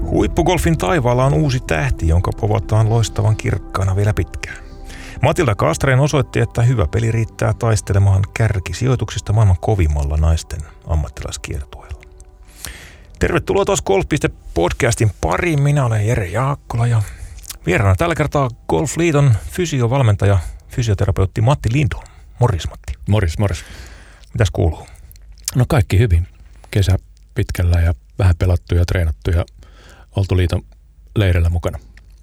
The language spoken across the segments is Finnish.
Huippugolfin taivaalla on uusi tähti, jonka povataan loistavan kirkkaana vielä pitkään. Matilda Kastreen osoitti, että hyvä peli riittää taistelemaan kärkisijoituksista maailman kovimmalla naisten ammattilaiskiertueella. Tervetuloa taas Golf.podcastin pariin. Minä olen Jere Jaakkola ja vieraana tällä kertaa Golfliiton fysiovalmentaja, fysioterapeutti Matti Lindholm. Morjes Matti. Morjes. Mitäs kuuluu? No kaikki hyvin. Kesä pitkällä ja vähän pelattu ja treenattu ja oltu liiton leirillä mukana.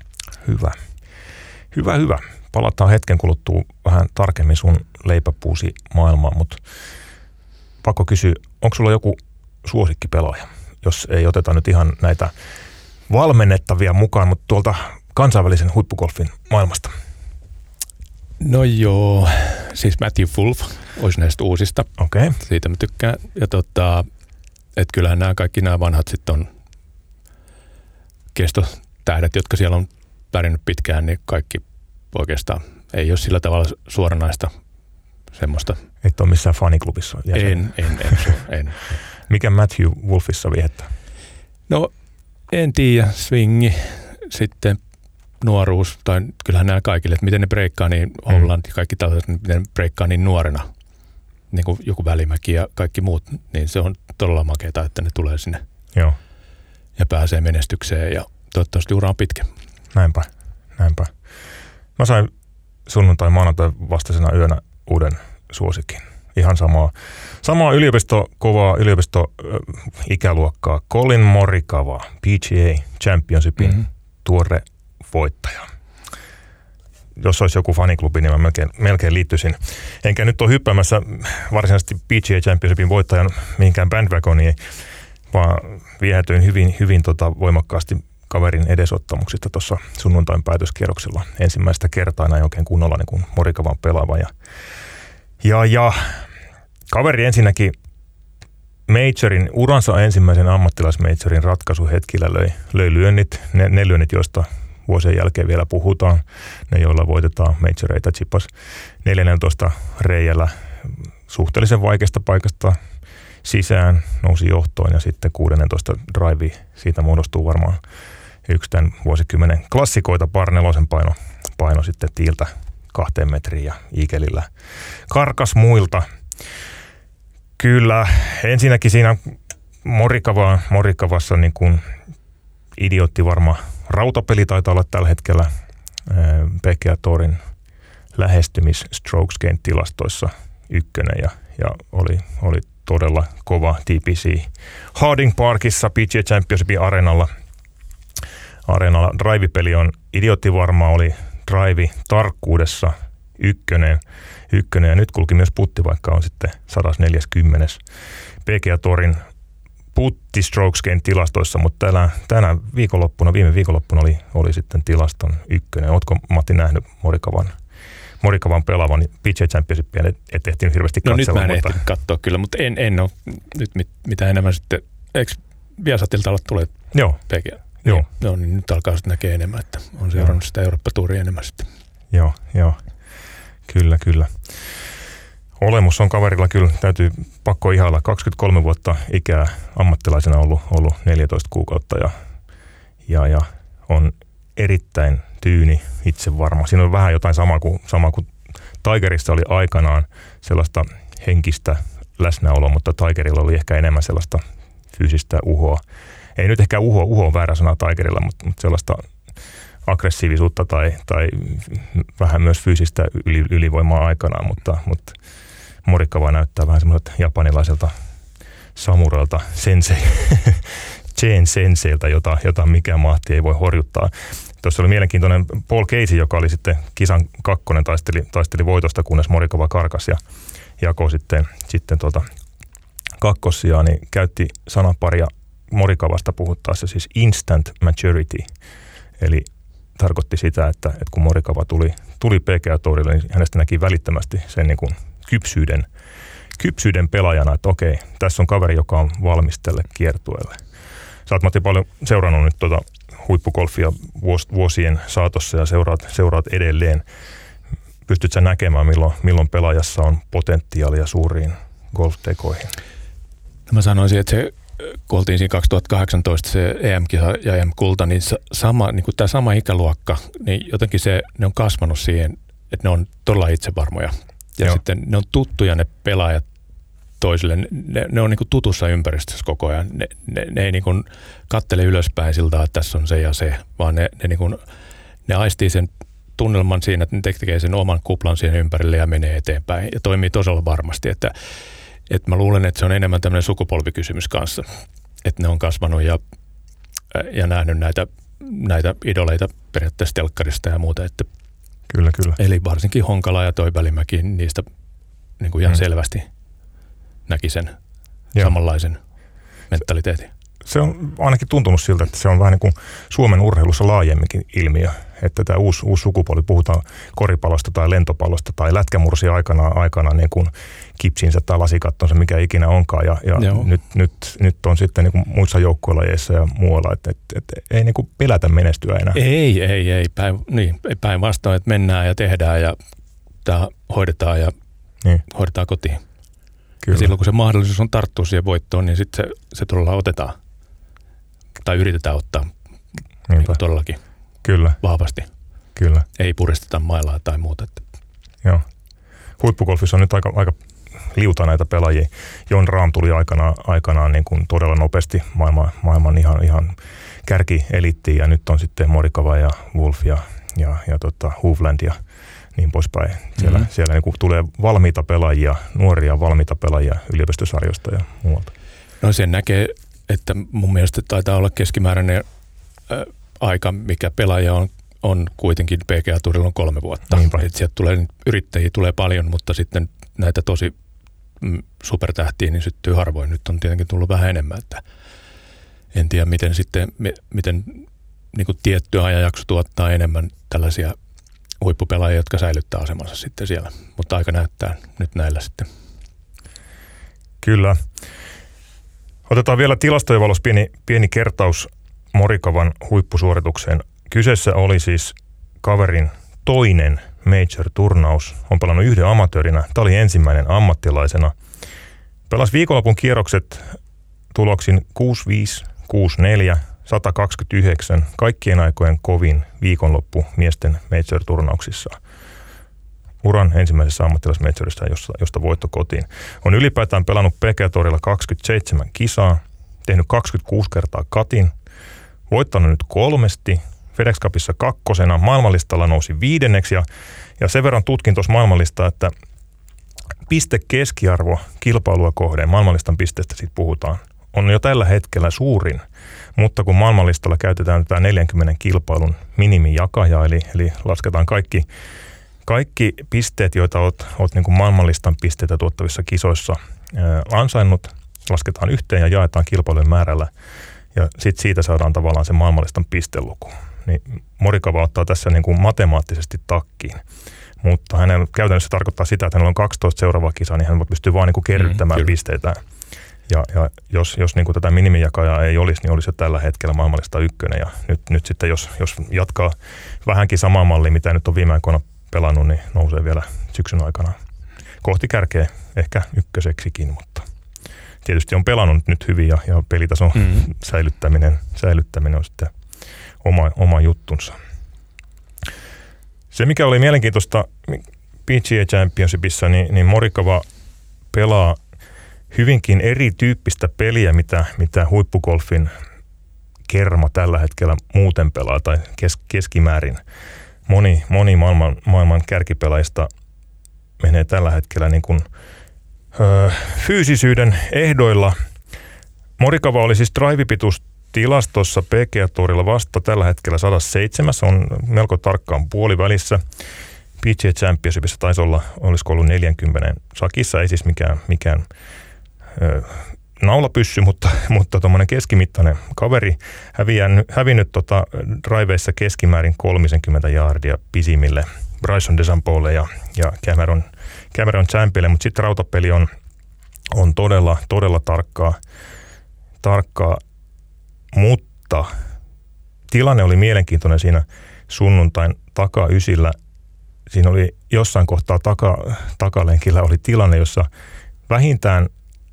Hyvä. Palataan hetken kuluttua vähän tarkemmin sun leipäpuusi maailmaan, mutta pakko kysyä, onko sulla joku suosikkipelaaja, jos ei oteta nyt ihan näitä valmennettavia mukaan, mutta tuolta kansainvälisen huippugolfin maailmasta? No joo, siis Matthew Wolff olisi näistä uusista. Okei. Siitä mä tykkään. Ja että kyllähän nämä vanhat sitten on kestotähdet, jotka siellä on pärjännyt pitkään, niin kaikki oikeastaan ei ole sillä tavalla suoranaista semmoista. Et ole missään faniklubissa jäsen? En. Mikä Matthew Wolffissa viehättää? No en tiedä, swingi, sitten nuoruus, tai kyllähän nämä kaikille, että miten ne breikkaa niin Holland ja kaikki tällaiset, miten ne breikkaa niin nuorena, niin kuin joku Välimäki ja kaikki muut, niin se on todella makeata, että ne tulee sinne. Joo. Ja pääsee menestykseen ja toivottavasti ura on pitkä. Näinpä. Mä sain sunnuntai maanantai vastaisena yönä uuden suosikin. Ihan samaa kovaa yliopisto-ikäluokkaa. Colin Morikawa, PGA Championshipin tuore voittaja. Jos olisi joku faniklubi, niin mä melkein liittyisin. Enkä nyt ole hyppäämässä varsinaisesti PGA Championshipin voittajan mihinkään bandwagoniin, vaan viehätyin hyvin voimakkaasti kaverin edesottamuksista tuossa sunnuntain päätöskierroksella. Ensimmäistä kertaa näin oikein kunnolla niin kuin Morikawan pelaava. Ja kaveri ensinnäkin uransa ensimmäisen ammattilaismajorin ratkaisuhetkillä löi lyönnit, ne lyönnit, joista vuosien jälkeen vielä puhutaan, ne joilla voitetaan majoreita, chipas 14 reijällä suhteellisen vaikeasta paikasta sisään, nousi johtoon ja sitten 16 drive, siitä muodostuu varmaan yksi tämän vuosikymmenen klassikoita, par nelosen paino sitten tiiltä 2 metriin ja iikelillä karkas muilta. Kyllä, ensinnäkin siinä Morikavassa niin kuin idiootti varma rautapeli taitaa olla tällä hetkellä PGA Tourin lähestymis strokes gain -tilastoissa ykkönen ja oli todella kova TPC Harding Parkissa PGA Championshipin areenalla. Drive-peli on idioottivarma, oli drive tarkkuudessa ykkönen ja nyt kulki myös putti, vaikka on sitten 140. PGA Tourin putti strokes gain -tilastoissa, mutta viime viikonloppuna oli sitten tilaston ykkönen. Ootko Matti nähnyt Morikawan pelaavan PGA Championshipia, et ehtinyt hirveästi katsella? No nyt mä en ehtinyt katsoa kyllä, mutta en ole nyt mitä enemmän sitten. Eikö Viasatilta ole tulee PGA? Joo. No niin nyt alkaa sitten näkee enemmän, että on seurannut sitä Eurooppa-tuuria enemmän sitten. Joo. Kyllä. Olemus on kaverilla kyllä, täytyy pakko ihailla. 23 vuotta ikää ammattilaisena ollut 14 kuukautta ja on erittäin tyyni, itse varma. Siinä on vähän jotain sama kuin Tigerissa oli aikanaan sellaista henkistä läsnäoloa, mutta Tigerilla oli ehkä enemmän sellaista fyysistä uhoa. Ei nyt ehkä uho on väärä sana Tigerilla, mutta sellaista aggressiivisuutta tai vähän myös fyysistä ylivoimaa aikanaan, mutta Morikawa näyttää vähän semmoiselta japanilaiselta samurailta senseiltä, jota mikään mahti ei voi horjuttaa. Tuossa oli mielenkiintoinen Paul Casey, joka oli sitten kisan kakkonen, taisteli voitosta, kunnes Morikawa karkas ja jakoi sitten kakkossijaa, niin käytti sanaparia Morikawasta puhuttaessa siis instant maturity, eli tarkoitti sitä, että kun Morikawa tuli PGA Tourille, niin hänestä näki välittömästi sen niin kuin kypsyyden pelaajana, että okei, tässä on kaveri, joka on valmis tälle kiertueelle. Sä oot, Matti, paljon seurannut nyt huippugolfia vuosien saatossa ja seuraat edelleen. Pystyt sä näkemään, milloin pelaajassa on potentiaalia suuriin golftekoihin? No mä sanoisin, että se kun oltiin siinä 2018 se EM-kisa ja EM-kulta, niin tämä sama ikäluokka, niin jotenkin ne on kasvanut siihen, että ne on todella itsevarmoja. Ja Joo. sitten ne on tuttuja ne pelaajat toisille. Ne on niin kuin tutussa ympäristössä koko ajan. Ne ei niin kuin kattele ylöspäin siltä, että tässä on se ja se, vaan ne aistii sen tunnelman siinä, että ne tekee sen oman kuplan siihen ympärille ja menee eteenpäin. Ja toimii todella varmasti, että mä luulen, että se on enemmän tämmöinen sukupolvikysymys kanssa. Että ne on kasvanut ja nähnyt näitä idoleita periaatteessa telkkarista ja muuta. Että Kyllä. eli varsinkin Honkala ja toi Välimäki niistä niin kuin ihan selvästi näki sen samanlaisen mentaliteetin. Se on ainakin tuntunut siltä, että se on vähän niin kuin Suomen urheilussa laajemminkin ilmiö, että tämä uusi sukupolvi, puhutaan koripallosta tai lentopallosta tai lätkämursi aikanaan niin kuin kipsinsä tai lasikattonsa, mikä ikinä onkaan. Ja nyt on sitten niin kuin muissa joukkuelajeissa ja muualla, että ei niin kuin pelätä menestyä enää. Ei. Päinvastoin, että mennään ja tehdään ja tämä hoidetaan ja hoidetaan kotiin. Kyllä. Ja silloin kun se mahdollisuus on tarttua siihen voittoon, niin sitten se todella otetaan. Tai yritetään ottaa niin todellakin vahvasti. Kyllä. Ei puristeta mailaa tai muuta. Joo. Huippugolfissa on nyt aika liuta näitä pelaajia. Jon Rahm tuli aikanaan niin kuin todella nopeasti maailman ihan kärkielittiin. Ja nyt on sitten Morikava ja Wolf ja Hovland ja niin poispäin. Siellä niin kuin tulee valmiita pelaajia, nuoria valmiita pelaajia yliopistosarjoista ja muualta. No sen näkee, että mun mielestä taitaa olla keskimääräinen aika, mikä pelaaja on kuitenkin PGA-tuurilla on 3 vuotta. Sieltä tulee yrittäjiä tulee paljon, mutta sitten näitä tosi supertähtiä niin syttyy harvoin. Nyt on tietenkin tullut vähän enemmän, että en tiedä miten niin kuin tietty ajanjakso tuottaa enemmän tällaisia huippupelaajia, jotka säilyttää asemansa sitten siellä. Mutta aika näyttää nyt näillä sitten. Kyllä. Otetaan vielä tilastojen valossa pieni kertaus Morikavan huippusuoritukseen. Kyseessä oli siis kaverin toinen major-turnaus. On pelannut yhden amatöörinä. Tämä oli ensimmäinen ammattilaisena. Pelasi viikonlopun kierrokset tuloksin 6-5, 6-4, 129. Kaikkien aikojen kovin viikonloppu miesten major-turnauksissa. Uran ensimmäisessä ammattilaismajorissa, josta voitto kotiin. On ylipäätään pelannut PGA-torilla 27 kisaa, tehnyt 26 kertaa katin, voittanut nyt 3, FedEx Cupissa 2, maailmanlistalla nousi 5. ja sen verran tutkin tuossa maailmanlistaa, että pistekeskiarvo kilpailua kohden, maailmanlistan pisteestä siitä puhutaan, on jo tällä hetkellä suurin, mutta kun maailmanlistalla käytetään tätä 40 kilpailun minimijakaja, eli lasketaan kaikki pisteet, joita olet niin kuin maailmanlistan pisteitä tuottavissa kisoissa ansainnut, lasketaan yhteen ja jaetaan kilpailujen määrällä. Ja sitten siitä saadaan tavallaan se maailmanlistan pisteluku. Niin Morikava ottaa tässä niin kuin matemaattisesti takkiin. Mutta hänellä käytännössä tarkoittaa sitä, että hänellä on 12 seuraavaa kisaa, niin hän pystyy vaan niin kuin kerryttämään pisteitä. Ja jos niin kuin tätä minimijakajaa ei olisi, niin olisi jo tällä hetkellä maailmanlista 1. Ja nyt sitten jos jatkaa vähänkin samaa mallia, mitä nyt on viime aikoina pelannut, niin nousee vielä syksyn aikana kohti kärkeä, ehkä 1:ksikin, mutta tietysti on pelannut nyt hyvin ja pelitason säilyttäminen on sitten oma juttunsa. Se, mikä oli mielenkiintoista PGA Championshipissa, niin Morikava pelaa hyvinkin erityyppistä peliä, mitä huippugolfin kerma tällä hetkellä muuten pelaa tai keskimäärin. Moni maailman kärkipelaajista menee tällä hetkellä niin kuin, fyysisyyden ehdoilla. Morikava oli siis drive-pituustilastossa PGA-tuurilla vasta tällä hetkellä 107. Se on melko tarkkaan puolivälissä. PGA Championshipissa taisi olla, olisiko ollut 40 sakissa, ei siis mikään naulapyssy, mutta tuommoinen keskimittainen kaveri hävinnyt driveissa keskimäärin 30 jaardia pisimmille Bryson DeChambeaulle ja Cameron Champille, mutta sitten rautapeli on todella tarkkaa, mutta tilanne oli mielenkiintoinen siinä sunnuntain taka-ysillä. Siinä oli jossain kohtaa takalenkillä oli tilanne, jossa vähintään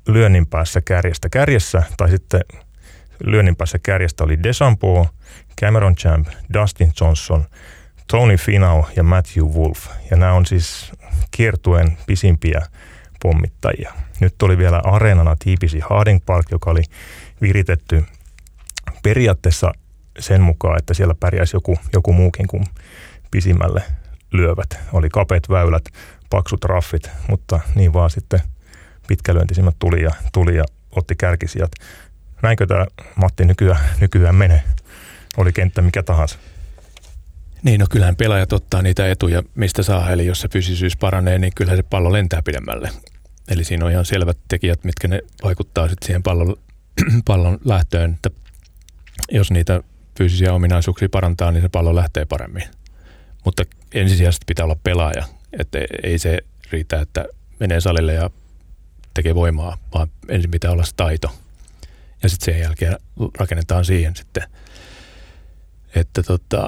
lyönnin päässä kärjestä. Kärjessä tai sitten lyönnin päässä kärjestä oli Deschamps, Cameron Champ, Dustin Johnson, Tony Finau ja Matthew Wolff. Ja nämä on siis kiertueen pisimpiä pommittajia. Nyt oli vielä areenana TPC Harding Park, joka oli viritetty periaatteessa sen mukaan, että siellä pärjäisi joku muukin kuin pisimmälle lyövät. Oli kapeat väylät, paksut raffit, mutta niin vaan sitten pitkälyöntisimmät tuli ja otti kärkisijat. Näinkö tämä, Matti, nykyään menee? Oli kenttä mikä tahansa. Niin, no kyllähän pelaajat ottaa niitä etuja, mistä saa. Eli jos se fyysisyys paranee, niin kyllähän se pallo lentää pidemmälle. Eli siinä on ihan selvät tekijät, mitkä ne vaikuttaa sitten siihen pallon lähtöön. Että jos niitä fyysisiä ominaisuuksia parantaa, niin se pallo lähtee paremmin. Mutta ensisijaisesti pitää olla pelaaja. Että ei se riitä, että menee salille ja tekee voimaa, vaan ensin pitää olla se taito. Ja sitten sen jälkeen rakennetaan siihen sitten, että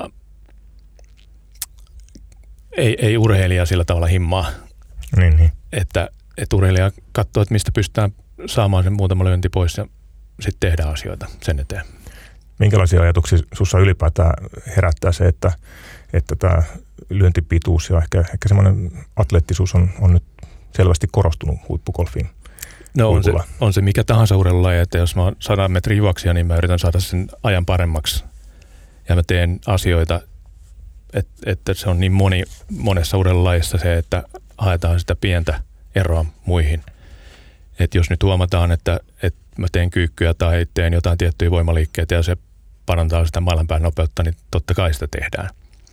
ei urheilija sillä tavalla himmaa. Niin. Että urheilija katsoo, että mistä pystytään saamaan sen muutama lyönti pois ja sitten tehdään asioita sen eteen. Minkälaisia ajatuksia sussa ylipäätään herättää se, että tämä lyöntipituus ja ehkä semmoinen atleettisuus on nyt selvästi korostunut huippugolfiin? No on se mikä tahansa urheilulaji, että jos mä oon 100 metrin juoksija, niin mä yritän saada sen ajan paremmaksi. Ja mä teen asioita, että se on niin monessa urheilulajissa se, että haetaan sitä pientä eroa muihin. Että jos nyt huomataan, että mä teen kyykkyä tai teen jotain tiettyjä voimaliikkeitä ja se parantaa sitä maailmanpään nopeutta, niin totta kai sitä tehdään.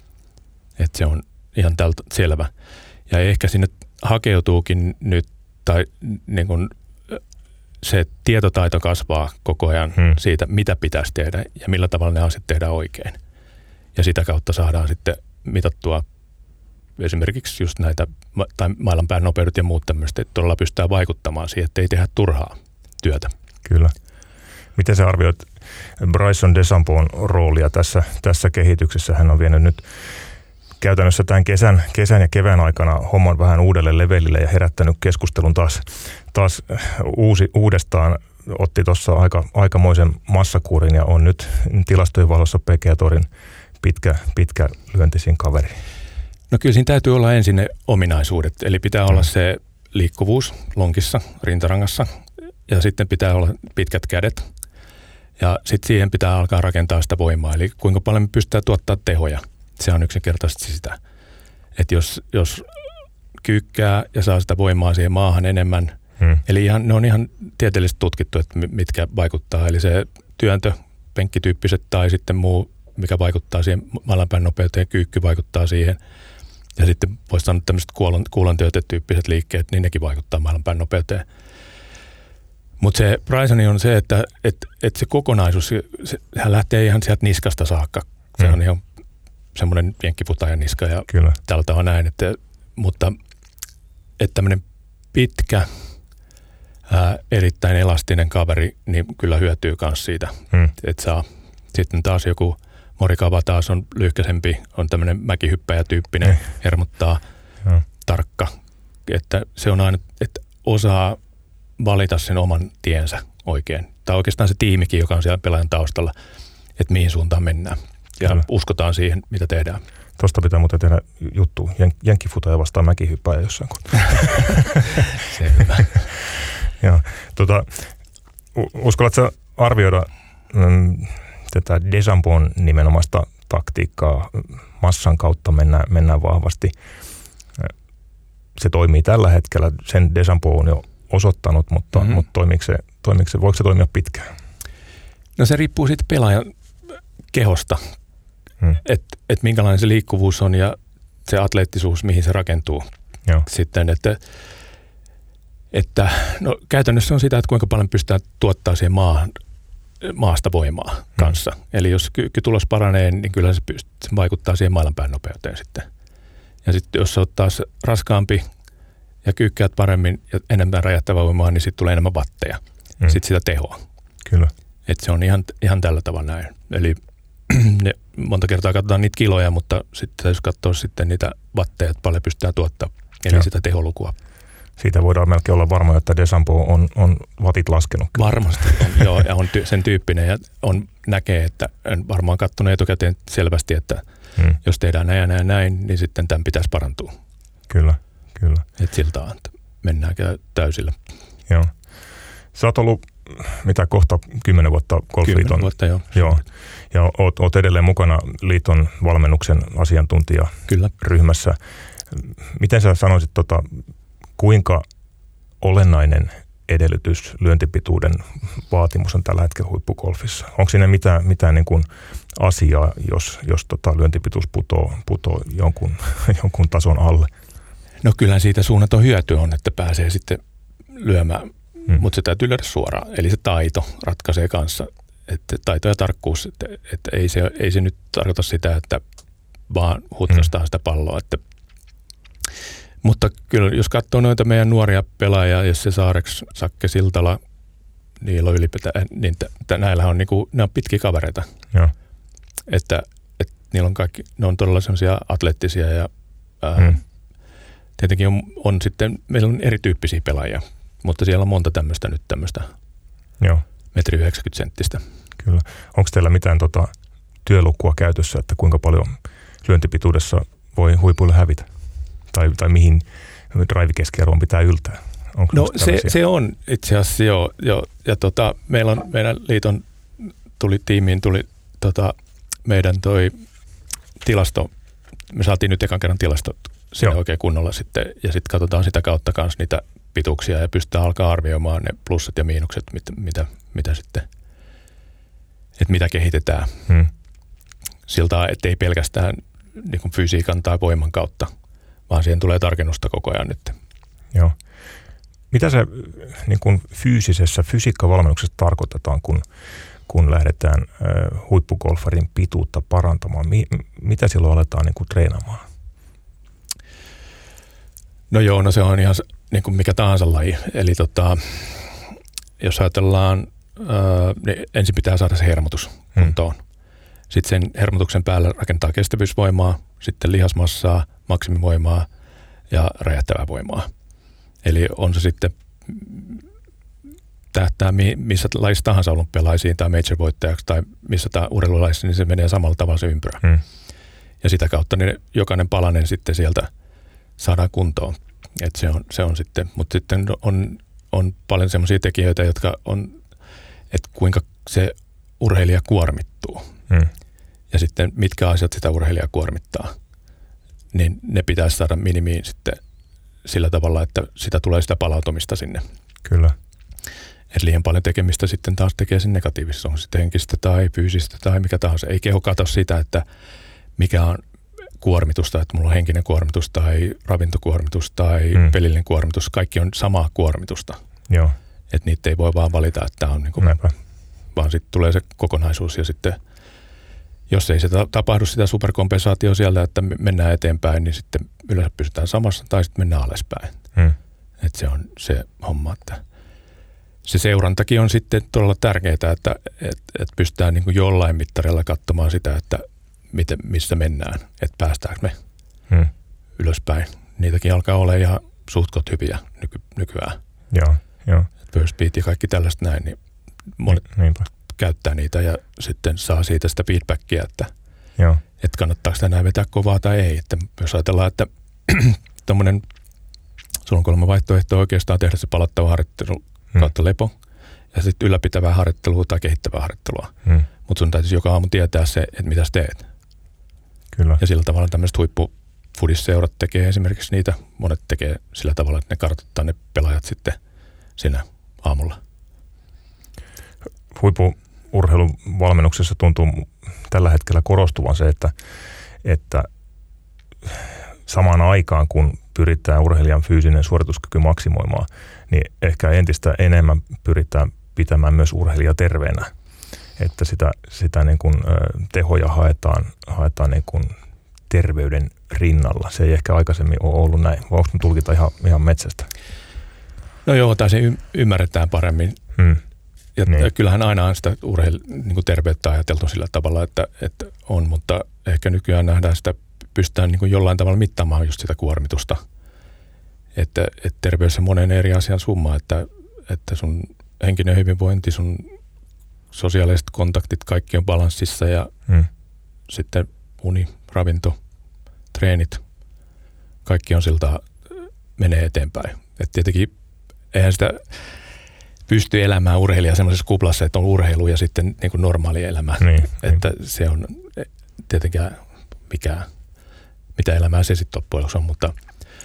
Että se on ihan tältä selvä. Ja ehkä sinne hakeutuukin nyt, tai niin kun se tietotaito kasvaa koko ajan siitä, mitä pitäisi tehdä ja millä tavalla ne asiat tehdään oikein. Ja sitä kautta saadaan sitten mitattua esimerkiksi just näitä tai maailmanpään nopeudet ja muut tämmöistä, että todella pystytään vaikuttamaan siihen, että ei tehdä turhaa työtä. Kyllä. Miten sä arvioit Bryson DeChambeau'n roolia tässä kehityksessä? Hän on vienyt nyt käytännössä tämän kesän ja kevään aikana homman vähän uudelle levelille ja herättänyt keskustelun taas uudestaan. Otti tuossa aikamoisen massakuurin ja on nyt tilastojen valossa PGA Tourin pitkä lyöntisin kaveri. No kyllä siinä täytyy olla ensin ne ominaisuudet, eli pitää olla se liikkuvuus lonkissa, rintarangassa ja sitten pitää olla pitkät kädet ja sitten siihen pitää alkaa rakentaa sitä voimaa, eli kuinka paljon me pystytään tuottaa tehoja. Se on yksinkertaisesti sitä, että jos kyykkää ja saa sitä voimaa siihen maahan enemmän, eli ne on ihan tieteellisesti tutkittu, että mitkä vaikuttaa, eli se työntö, penkkityyppiset tai sitten muu, mikä vaikuttaa siihen maailmanpään nopeuteen, kyykky vaikuttaa siihen. Ja sitten voisi sanoa tämmöiset kuulantyötetyyppiset liikkeet, niin nekin vaikuttaa maailmanpään nopeuteen. Mutta se Brysoni on se, että se kokonaisuus, sehän lähtee ihan sieltä niskasta saakka. Se on ihan semmoinen jenkkifutajan niska ja kyllä. Tällä tavalla näin. Mutta tämmöinen pitkä, erittäin elastinen kaveri, niin kyllä hyötyy myös siitä, että saa. Sitten taas joku Morikawa taas on lyhkäisempi, on tämmöinen mäkihyppäjätyyppinen, hermottaa, tarkka. Että se on aina, että osaa valita sen oman tiensä oikein. Tai oikeastaan se tiimikin, joka on siellä pelaajan taustalla, että mihin suuntaan mennään. Ja uskotaan siihen, mitä tehdään. Tuosta pitää muuten tehdä juttu. Jenkkifutaja vastaan mäkihyppäjä jossain kohtaa. Se hyvä. Joo. Uskallatko arvioida tätä DeChambeau'n nimenomaista taktiikkaa? Massan kautta mennään vahvasti. Se toimii tällä hetkellä. Sen DeChambeau on jo osoittanut, mutta voiko se toimia pitkään? No se riippuu siitä pelaajan kehosta, että minkälainen se liikkuvuus on ja se atleettisuus, mihin se rakentuu. Joo. Sitten, että no, käytännössä on sitä, että kuinka paljon pystytään tuottaa siihen maasta voimaa kanssa. Eli jos kykytulos paranee, niin kyllä se vaikuttaa siihen maailmanpään nopeuteen sitten. Ja sitten jos se on taas raskaampi ja kyykkäät paremmin ja enemmän räjähtävää voimaa, niin sitten tulee enemmän watteja. Sitten sitä tehoa. Kyllä. Että se on ihan tällä tavalla näin. Eli monta kertaa katsotaan niitä kiloja, mutta sitten jos katsoo sitten niitä watteja, että paljon pystytään tuottaa, eli sitä teholukua. Siitä voidaan melkein olla varma, että Desampo on vatit laskenut. Varmasti on, joo, ja on sen tyyppinen ja näkee, että en varmaan katsonut etukäteen selvästi, että jos tehdään näin ja näin, niin sitten tämän pitäisi parantua. Kyllä. Että siltä että mennäänkö täysillä. Joo. Sä oot ollut kohta 10 vuotta Golfliiton. 10 vuotta, joo. Ja oot edelleen mukana liiton valmennuksen asiantuntijaryhmässä. Miten sä sanoisit, kuinka olennainen edellytys lyöntipituuden vaatimus on tällä hetkellä huippugolfissa? Onko siinä mitään niin kuin asiaa, jos lyöntipituus putoo jonkun tason alle? No kyllähän siitä suunnaton hyöty on, että pääsee sitten lyömään, mutta se täytyy lyödä suoraan. Eli se taito ratkaisee kanssa, että taito ja tarkkuus, että ei se nyt tarkoita sitä, että vaan hutkastaa sitä palloa. Mutta kyllä jos katsoo noita meidän nuoria pelaajia, jos se Saareks, Sakke, Siltala, niillä on ylipäätään, niin näillä on ne on pitkiä kavereita. Joo. Että niillä on kaikki, ne on todella sellaisia atleettisia ja tietenkin on sitten, meillä on erityyppisiä pelaajia, mutta siellä on monta tämmöistä 1,90 senttistä. Kyllä. Onko teillä mitään työlukua käytössä, että kuinka paljon lyöntipituudessa voi huipuille hävitä? Tai mihin drive-keskiarvoon pitää yltää? No se on itse asiassa joo. Ja meidän liiton tiimiin tuli meidän tilasto. Me saatiin nyt ekan kerran tilastot sinne oikein kunnolla sitten. Ja sitten katsotaan sitä kautta kanssa niitä pituuksia ja pystytään alkaa arvioimaan ne plussat ja miinukset, mitä sitten, että mitä kehitetään. Siltä, ettei pelkästään niin kuin fysiikan tai voiman kautta, vaan siihen tulee tarkennusta koko ajan nyt. Joo. Mitä se niin kuin fyysisessä fysiikkavalmennuksessa tarkoitetaan, kun lähdetään huippugolfarin pituutta parantamaan? Mitä silloin aletaan niin kuin treenaamaan? No se on ihan niin kuin mikä tahansa laji. Eli jos ajatellaan, niin ensin pitää saada se hermotus kuntoon. Sitten sen hermotuksen päällä rakentaa kestävyysvoimaa, sitten lihasmassaa, maksimivoimaa ja räjähtävää voimaa. Eli on se sitten tähtää missä lajissa tahansa olympialaisiin tai major-voittajaksi tai missä tämä urheilulajissa, niin se menee samalla tavalla se ympyrä. Ja sitä kautta niin jokainen palanen sitten sieltä saadaan kuntoon. Et se on sitten, mutta sitten on paljon semmoisia tekijöitä, jotka on, että kuinka se urheilija kuormittuu. Ja sitten mitkä asiat sitä urheilijaa kuormittaa, niin ne pitäisi saada minimiin sitten sillä tavalla, että sitä tulee sitä palautumista sinne. Kyllä. Että liian paljon tekemistä sitten taas tekee sen negatiivista, on sitten henkistä tai fyysistä tai mikä tahansa. Ei keho katso sitä, että mikä on kuormitusta, että mulla on henkinen kuormitus tai ravintokuormitus tai pelillinen kuormitus. Kaikki on samaa kuormitusta. Joo. Että niitä ei voi vaan valita, että tämä on niin kuin, vaan sitten tulee se kokonaisuus ja sitten jos ei se tapahdu sitä superkompensaatio sieltä, että mennään eteenpäin, niin sitten yleensä pysytään samassa tai sitten mennään alaspäin. Että se on se homma, että se seurantakin on sitten todella tärkeää, että pystytään niin kuin jollain mittarilla katsomaan sitä, että missä mennään, että päästäänkö me ylöspäin. Niitäkin alkaa olla ihan suhtkot hyviä nykyään. Joo. Burst speed ja kaikki tällaista näin, niin monet käyttää niitä ja sitten saa siitä sitä feedbackia, että kannattaako sitä näin vetää kovaa tai ei. Että jos ajatellaan, että tommonen, sulla on 3 vaihtoehtoa oikeastaan tehdä se palattava harjoittelu kautta lepo ja sitten ylläpitävää harjoittelua tai kehittävää harjoittelua. Mutta sun täytyisi joka aamu tietää se, että mitä sä teet. Kyllä. Ja sillä tavalla tämmöiset huippufudisseurat tekee esimerkiksi niitä. Monet tekee sillä tavalla, että ne kartoittaa ne pelaajat sitten siinä aamulla. Huippu-urheilun valmennuksessa tuntuu tällä hetkellä korostuvan se, että samaan aikaan kun pyritään urheilijan fyysinen suorituskyky maksimoimaan, niin ehkä entistä enemmän pyritään pitämään myös urheilija terveenä. Että sitä niin kuin tehoja haetaan niin kuin terveyden rinnalla. Se ei ehkä aikaisemmin ole ollut näin. Vai onko tulkita ihan metsästä? No joo, tai se ymmärretään paremmin. Ja kyllähän aina on sitä niin kuin terveyttä ajateltu sillä tavalla, että on, mutta ehkä nykyään nähdään sitä, pystytään niin kuin jollain tavalla mittaamaan just sitä kuormitusta. Että terveys on monen eri asian summa, että sun henkinen hyvinvointi, sun sosiaaliset kontaktit, kaikki on balanssissa ja sitten uni, ravinto, treenit, kaikki on siltä menee eteenpäin. Et tietenkin eihän sitä pysty elämään urheilija semmoisessa kuplassa, että on urheilu ja sitten niin kuin normaali elämä. Että se on tietenkään mitä elämää se sitten loppujen lopuksi on, mutta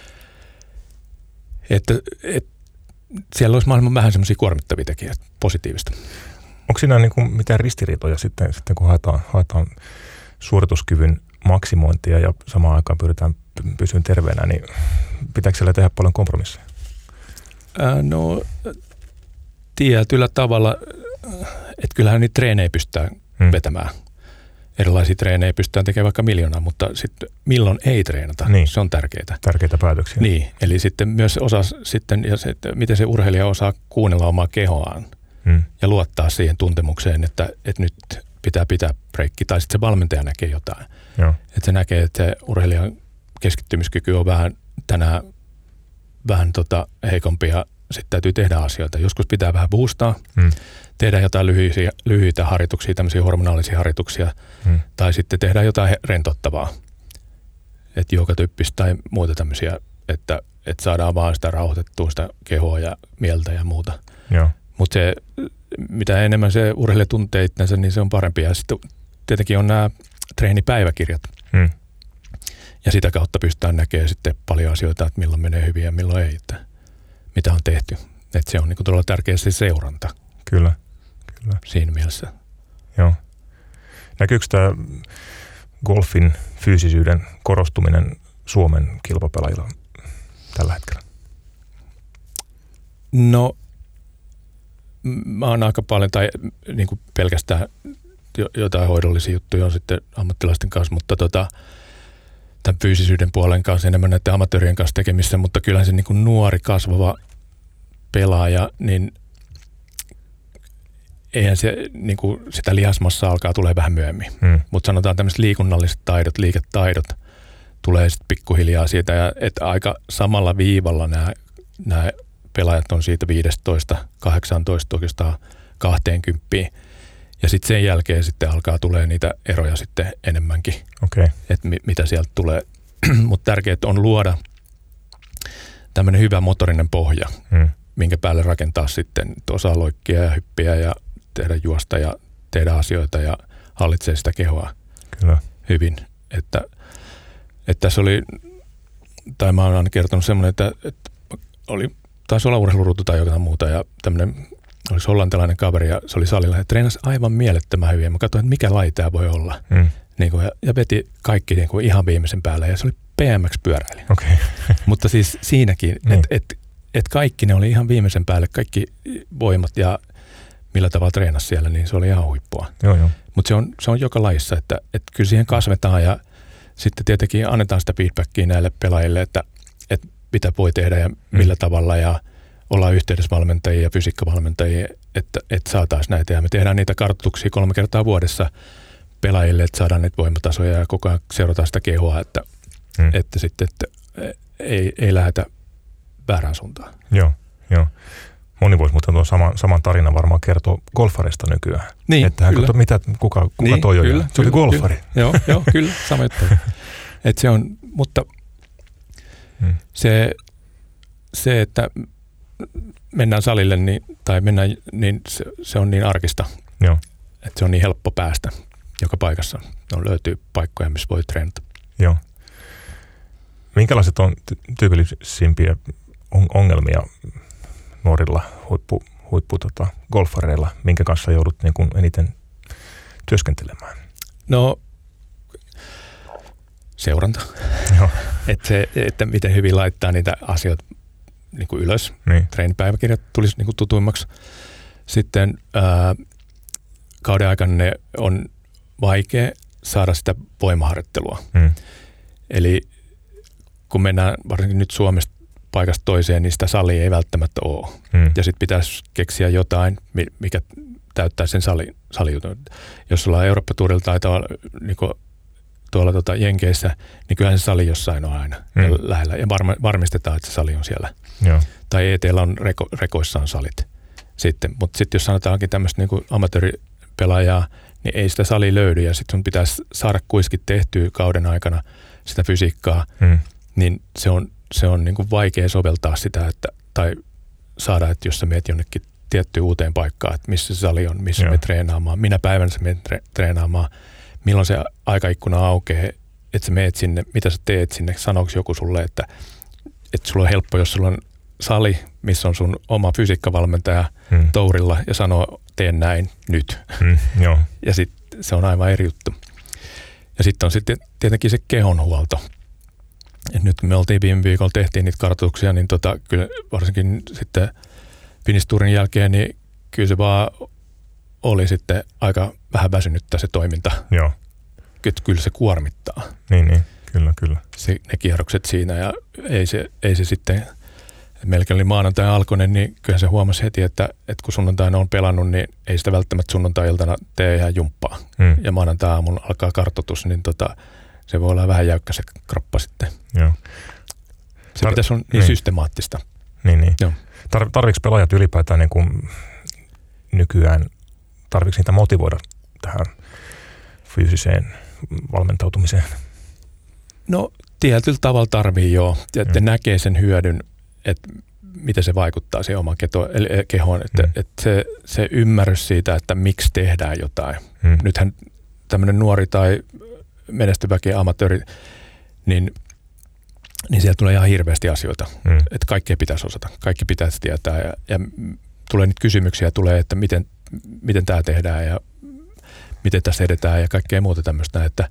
että siellä olisi maailman vähän semmoisia kuormittavia tekijöitä, positiivista. Onko siinä niin kuin mitään ristiriitoja sitten kun haetaan suorituskyvyn maksimointia ja samaan aikaan pyritään pysyä terveenä, niin pitääkö siellä tehdä paljon kompromisseja? No tietyllä tavalla, että kyllähän niitä treenejä pystytään vetämään. Erilaisia treenejä pystytään tekemään vaikka 1,000,000, mutta sitten milloin ei treenata, niin. Se on tärkeää. Tärkeitä päätöksiä. Niin, eli sitten myös ja se, että miten se urheilija osaa kuunnella omaa kehoaan ja luottaa siihen tuntemukseen, että nyt pitää breikki, tai sitten se valmentaja näkee jotain. Joo. Että se näkee, että se urheilijan keskittymiskyky on tänään vähän heikompi ja sitten täytyy tehdä asioita. Joskus pitää vähän boostaa, tehdä jotain lyhyitä harjoituksia, tämmöisiä hormonaalisia harjoituksia, tai sitten tehdä jotain rentouttavaa, että joukatyyppistä tai muuta tämmöisiä, että saadaan vaan sitä rauhoitettua sitä kehoa ja mieltä ja muuta. Mutta se, mitä enemmän se urheilija tuntee itsensä, niin se on parempi. Ja sitten tietenkin on nämä treenipäiväkirjat. Ja sitä kautta pystytään näkemään sitten paljon asioita, että milloin menee hyvin ja milloin ei, että mitä on tehty. Että se on niinku todella tärkeä se seuranta. Kyllä. Siinä mielessä. Joo. Näkyykö tämä golfin fyysisyyden korostuminen Suomen kilpapelaajilla tällä hetkellä? No, mä oon aika paljon, tai niin kuin pelkästään jotain hoidollisia juttuja on sitten ammattilaisten kanssa, mutta tämän fyysisyyden puolen kanssa enemmän näiden amatöörien kanssa tekemissä, mutta kyllähän se niin kuin nuori kasvava pelaaja, niin eihän se niin kuin sitä lihasmassaa alkaa tulee vähän myöhemmin. Mutta sanotaan tämmöiset liikunnalliset taidot, liiketaidot tulee sitten pikkuhiljaa siitä, ja että aika samalla viivalla nämä pelaajat on siitä 15, 18 oikeastaan 20. Ja sitten sen jälkeen sitten alkaa tulee niitä eroja sitten enemmänkin, että mitä sieltä tulee. Mutta tärkeää on luoda tämmöinen hyvä motorinen pohja, minkä päälle rakentaa sitten, että osaa loikkia ja hyppiä ja tehdä juosta ja tehdä asioita ja hallitsee sitä kehoa hyvin. Että tässä oli, tai mä oon aina kertonut semmoinen, että taisi olla urheiluruutu tai jotain muuta ja tämmöinen olisi hollantilainen kaveri ja se oli salilla ja treenasi aivan mielettömän hyvin. Mä katsoin, että mikä laji tämä voi olla. Niin kuin, ja veti kaikki niin kuin ihan viimeisen päälle ja se oli BMX-pyöräilijä. Mutta siis siinäkin, että kaikki ne oli ihan viimeisen päälle, kaikki voimat ja millä tavalla treenasi siellä, niin se oli ihan huippua. Mutta se on joka lajissa, että kyllä siihen kasvetaan ja sitten tietenkin annetaan sitä feedbackia näille pelaajille, että mitä voi tehdä ja millä tavalla ja ollaan yhteydessä valmentajia ja fysiikkavalmentajia, että saataisiin näitä. Ja me tehdään niitä kartoituksia 3 kertaa vuodessa pelaajille, että saadaan niitä voimatasoja ja koko ajan seurataan sitä kehoa, että sitten ei lähdetä väärään suuntaan. Joo. Moni voisi muuten tuon saman tarinan varmaan kertoa golfarista nykyään. Niin, että hän katsoi, kuka niin, toi on. Kyllä, se oli golfari. Joo, kyllä, sama juttu. Että se on, mutta se, että mennään salille niin se on niin arkista, että se on niin helppo päästä joka paikassa. Löytyy paikkoja, missä voi treenata. Joo. Minkälaiset on tyypillisimpiä ongelmia nuorilla huippu golfareilla, minkä kanssa joudut niin kuin eniten työskentelemään? No, seuranta. Että miten hyvin laittaa niitä asioita niin kuin ylös. Treenipäiväkirjat tulisi niin kuin tutuimmaksi. Sitten kauden aikana ne on vaikea saada sitä voimaharjoittelua. Eli kun mennään varsinkin nyt Suomesta paikasta toiseen, niin sitä salia ei välttämättä ole. Ja sitten pitäisi keksiä jotain, mikä täyttää sen salijutun. Jos ollaan Eurooppa-tuurilla taitaa niin tuolla Jenkeissä, niin kyllähän se sali jossain on aina lähellä. Ja varmistetaan, että se sali on siellä. Joo. Tai ET:llä on rekoissaan salit sitten. Mutta sitten jos sanotaankin tämmöistä niin amatööripelaajaa, niin ei sitä salia löydy. Ja sitten sun pitäisi saada kuiskin tehtyä kauden aikana sitä fysiikkaa. Niin se on niin kuin vaikea soveltaa sitä, tai saada, että jos sä meet jonnekin tiettyyn uuteen paikkaan, että missä se sali on, missä me treenaamaan, minä päivänä sä menet treenaamaan, milloin se aikaikkuna aukeaa, että sä meet sinne, mitä sä teet sinne, sanooko joku sulle, että sulla on helppo, jos sulla on sali, missä on sun oma fysiikkavalmentaja tourilla ja sanoo, teen näin nyt. Joo. Ja sitten se on aivan eri juttu. Ja sitten on sitten tietenkin se kehonhuolto. Et nyt me oltiin viime viikolla, tehtiin niitä kartoituksia, niin kyllä varsinkin sitten Finnish-tourin jälkeen, niin kyllä se vaan oli sitten aika vähän väsynyttä se toiminta. Joo. Kyllä se kuormittaa. Niin, kyllä. Ne kierrokset siinä ja ei se sitten, melkein oli maanantai alkoinen, niin kyllä se huomasi heti, että kun sunnuntaina on pelannut, niin ei sitä välttämättä sunnuntai-iltana tee ihan jumppaa. Ja maanantai-aamun alkaa kartoitus, niin se voi olla vähän jäykkä se kroppa sitten. Joo. Se pitäisi olla niin systemaattista. Niin. Joo. Tarviiko pelaajat ylipäätään niin kuin nykyään, tarviiko niitä motivoida tähän fyysiseen valmentautumiseen? No tietyllä tavalla tarvii joo, että näkee sen hyödyn, että miten se vaikuttaa siihen omaan kehoon, että se ymmärrys siitä, että miksi tehdään jotain. Nythän tämmöinen nuori tai menestyväkin amatööri, niin siellä tulee ihan hirveästi asioita, että kaikkea pitäisi osata, kaikki pitäisi tietää ja tulee niitä kysymyksiä, että miten tämä tehdään ja miten tässä edetään ja kaikkea muuta tämmöistä, että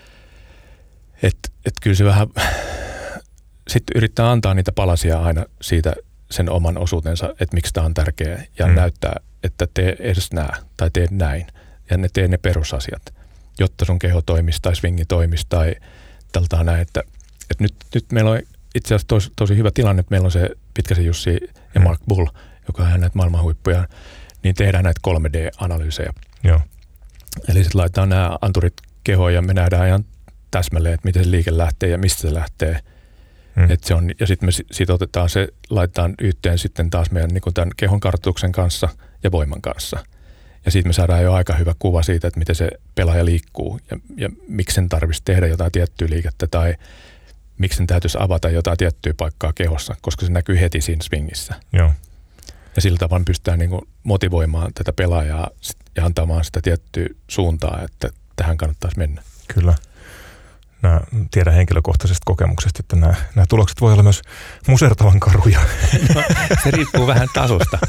kyllä se vähän sitten yrittää antaa niitä palasia aina siitä sen oman osuutensa, että miksi tämä on tärkeää ja näyttää, että tee edes nää tai tee näin ja tee ne perusasiat, jotta sun keho toimisi tai swingi toimisi tai tältä näin, että nyt meillä on itse asiassa tosi hyvä tilanne, että meillä on se Pitkäsen Jussi ja Mark Bull, joka on näitä maailman huippuja, niin tehdään näitä 3D-analyysejä. Joo. Eli sitten laitetaan nämä anturit kehoon ja me nähdään ihan täsmälleen, että miten se liike lähtee ja mistä se lähtee. Ja sitten me sitoutetaan se, laitetaan yhteen sitten taas meidän niin kuin tämän kehon kartoituksen kanssa ja voiman kanssa. Ja siitä me saadaan jo aika hyvä kuva siitä, että miten se pelaaja liikkuu ja miksi sen tarvitsisi tehdä jotain tiettyä liikettä tai miksi sen täytyisi avata jotain tiettyä paikkaa kehossa, koska se näkyy heti siinä swingissä. Joo. Ja sillä tavalla pystytään niin kuin motivoimaan tätä pelaajaa ja antamaan sitä tiettyä suuntaa, että tähän kannattaisi mennä. Kyllä. Tiedän henkilökohtaisesta kokemuksesta, että nämä tulokset voi olla myös musertavan karuja. No, se riippuu vähän tasosta.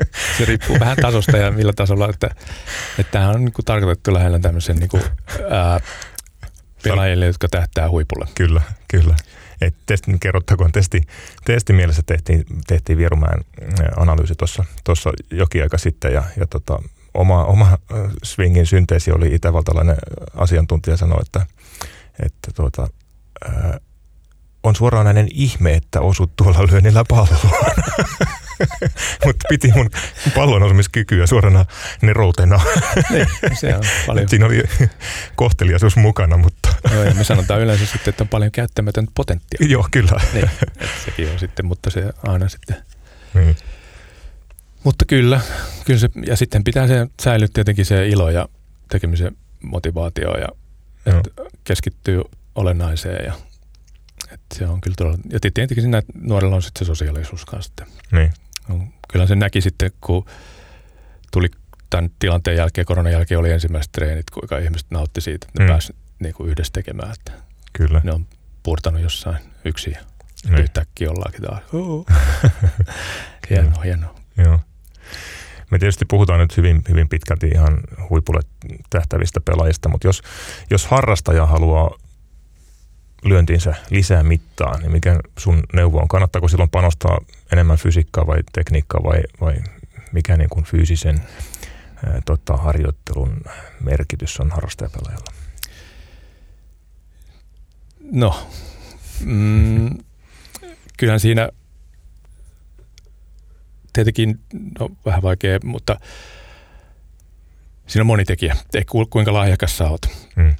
Ja millä tasolla, että tämähän on niin kuin tarkoitettu lähellä tämmöisen niin kuin, pelaajille, jotka tähtää huipulle. Kyllä. Kerrottakoon, testimielessä tehtiin Vierumäen analyysi tuossa jokin aika sitten ja oma swingin synteesi oli itävaltalainen asiantuntija sanoi, että on suoranainen ihme, että osut tuolla lyönnillä palloon. Mutta piti mun pallon osumiskykyä suorana neroutena. Niin, se on paljon. Siinä oli kohteliaisuus mukana, mutta... Joo, ja me sanotaan yleensä sitten, että on paljon käyttämätöntä potentiaalia. Joo, kyllä. Niin, sekin on sitten, mutta se aina sitten... Mutta kyllä se, ja sitten pitää se säilyä tietenkin se ilo ja tekemisen motivaatio ja keskittyy olennaiseen ja että se on kyllä todella, ja tietenkin siinä nuorella on sitten se sosiaalisuus kanssa. Niin. Kyllä se näki sitten, kun tuli tämän tilanteen jälkeen, koronan jälkeen oli ensimmäiset treenit, kuinka ihmiset nautti siitä, että ne pääsi niin kuin yhdessä tekemään. Että kyllä. Ne on puurtanut jossain yksin ja yhtäkkiä ollaankin taas. Hienoa. Joo. Me tietysti puhutaan nyt hyvin pitkälti ihan huipulle tähtävistä pelaajista, mutta jos harrastaja haluaa lyöntiinsä lisää mittaa, niin mikä sun neuvo on? Kannattaako silloin panostaa enemmän fysiikkaa vai tekniikkaa vai mikä niin kuin fyysisen harjoittelun merkitys on harrastajapelaajalla? No, kyllähän siinä tietenkin vähän vaikea, mutta siinä on moni tekijä. Kuinka lahjakas sä oot.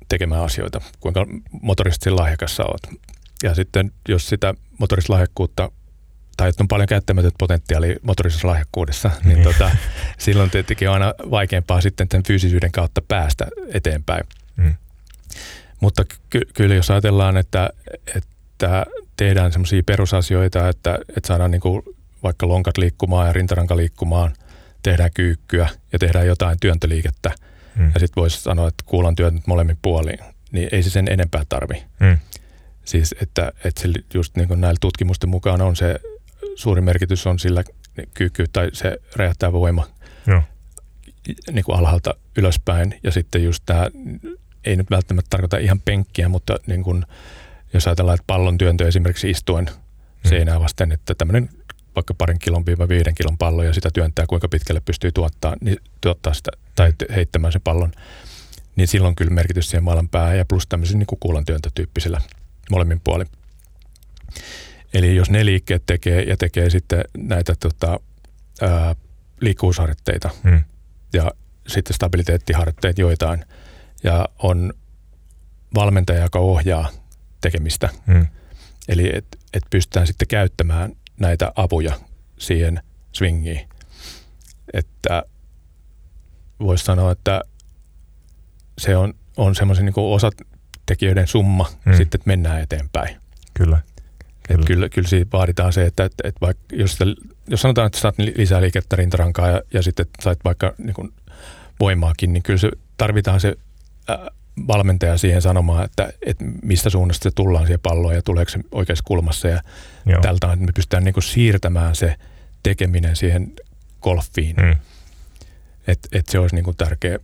tekemään asioita, kuinka motorisesti lahjakas sä oot. Ja sitten jos sitä motorista lahjakkuutta, tai että on paljon käyttämätöntä potentiaalia motorisessa lahjakkuudessa, niin silloin tietenkin on aina vaikeampaa sitten tämän fyysisyyden kautta päästä eteenpäin. Mutta kyllä jos ajatellaan, että tehdään semmoisia perusasioita, että saadaan niin kuin vaikka lonkat liikkumaan ja rintaranka liikkumaan, tehdään kyykkyä ja tehdään jotain työntöliikettä, ja sitten voisi sanoa, että kuulan työnt molemmin puoliin, niin ei se sen enempää tarvi. Siis, että se just niin kuin näillä tutkimusten mukaan on se suuri merkitys on sillä kyykky tai se räjähtää voima niin kuin alhaalta ylöspäin, ja sitten just tämä, ei nyt välttämättä tarkoita ihan penkkiä, mutta niin kuin, jos ajatellaan, että pallon työntö esimerkiksi istuen seinää vasten, että tämmöinen vaikka 2 kilon 5 kilon pallo ja sitä työntää, kuinka pitkälle pystyy tuottaa sitä tai heittämään sen pallon, niin silloin on kyllä merkitys siihen maailman päähän ja plus tämmöisen niin kuin kuulantyöntötyyppisellä molemmin puolin. Eli jos ne liikkeet tekee sitten näitä liikkuvuusharjoitteita ja sitten stabiliteettiharjoitteet joitain ja on valmentaja, joka ohjaa tekemistä. Eli et pystytään sitten käyttämään näitä apuja siihen swingiin. Että voisi sanoa, että se on semmoisen niin kuin osatekijöiden summa sitten, että mennään eteenpäin. Kyllä. Kyllä siitä vaaditaan se, että vaikka jos sanotaan, että saat lisää liikettä rintarankaa ja sitten sait vaikka niin kuin voimaakin, niin kyllä se tarvitaan se valmentaja siihen sanomaan, että mistä suunnasta se tullaan siihen palloon ja tuleeko se oikeassa kulmassa ja tältä on, että me pystytään niin kuin siirtämään se tekeminen siihen golfiin. Että se olisi niin kuin tärkeä,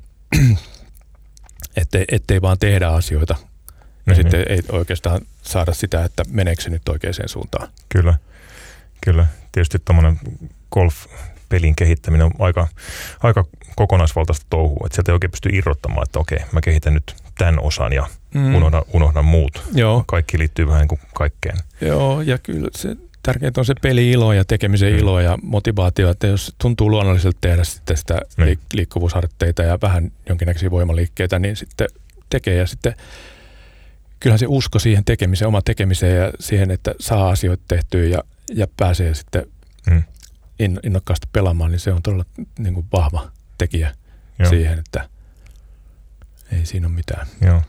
ettei vaan tehdä asioita ja sitten ei oikeastaan saada sitä, että meneekö se nyt oikeaan suuntaan. Kyllä. Tietysti tuommoinen golf-pelin kehittäminen on aika kokonaisvaltaista touhua, että sieltä ei oikein pysty irrottamaan, että okei, mä kehitän nyt tämän osan ja unohdan muut. Joo. Kaikki liittyy vähän niin kuin kaikkeen. Joo, ja kyllä se tärkeintä on se peli-ilo ja tekemisen ilo ja motivaatio, että jos tuntuu luonnolliselta tehdä sitten sitä liikkuvuusharjoitteita ja vähän jonkinnäköisiä voimaliikkeitä, niin sitten tekee ja sitten kyllähän se usko siihen tekemiseen, oma tekemiseen ja siihen, että saa asioita tehtyä ja pääsee sitten innokkaasti pelaamaan, niin se on todella niin kuin vahva tekijä siihen, että ei siinä ole mitään. Joo.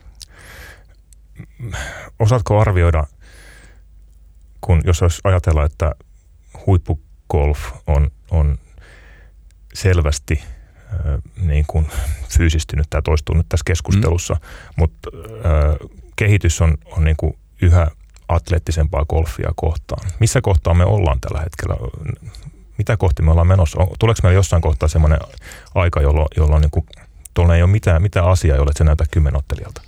Osaatko arvioida, jos olisi ajatella, että huippugolf on selvästi niin kuin fyysistynyt tai toistuu nyt tässä keskustelussa, mutta kehitys on niin kuin yhä atleettisempaa golfia kohtaan. Missä kohtaa me ollaan tällä hetkellä? Mitä kohti me ollaan menossa? Tuleeko meillä jossain kohtaa semmoinen aika, jolloin niin kuin, tuolla ei ole mitään asiaa, jolle se näyttää 10-ottelijalta?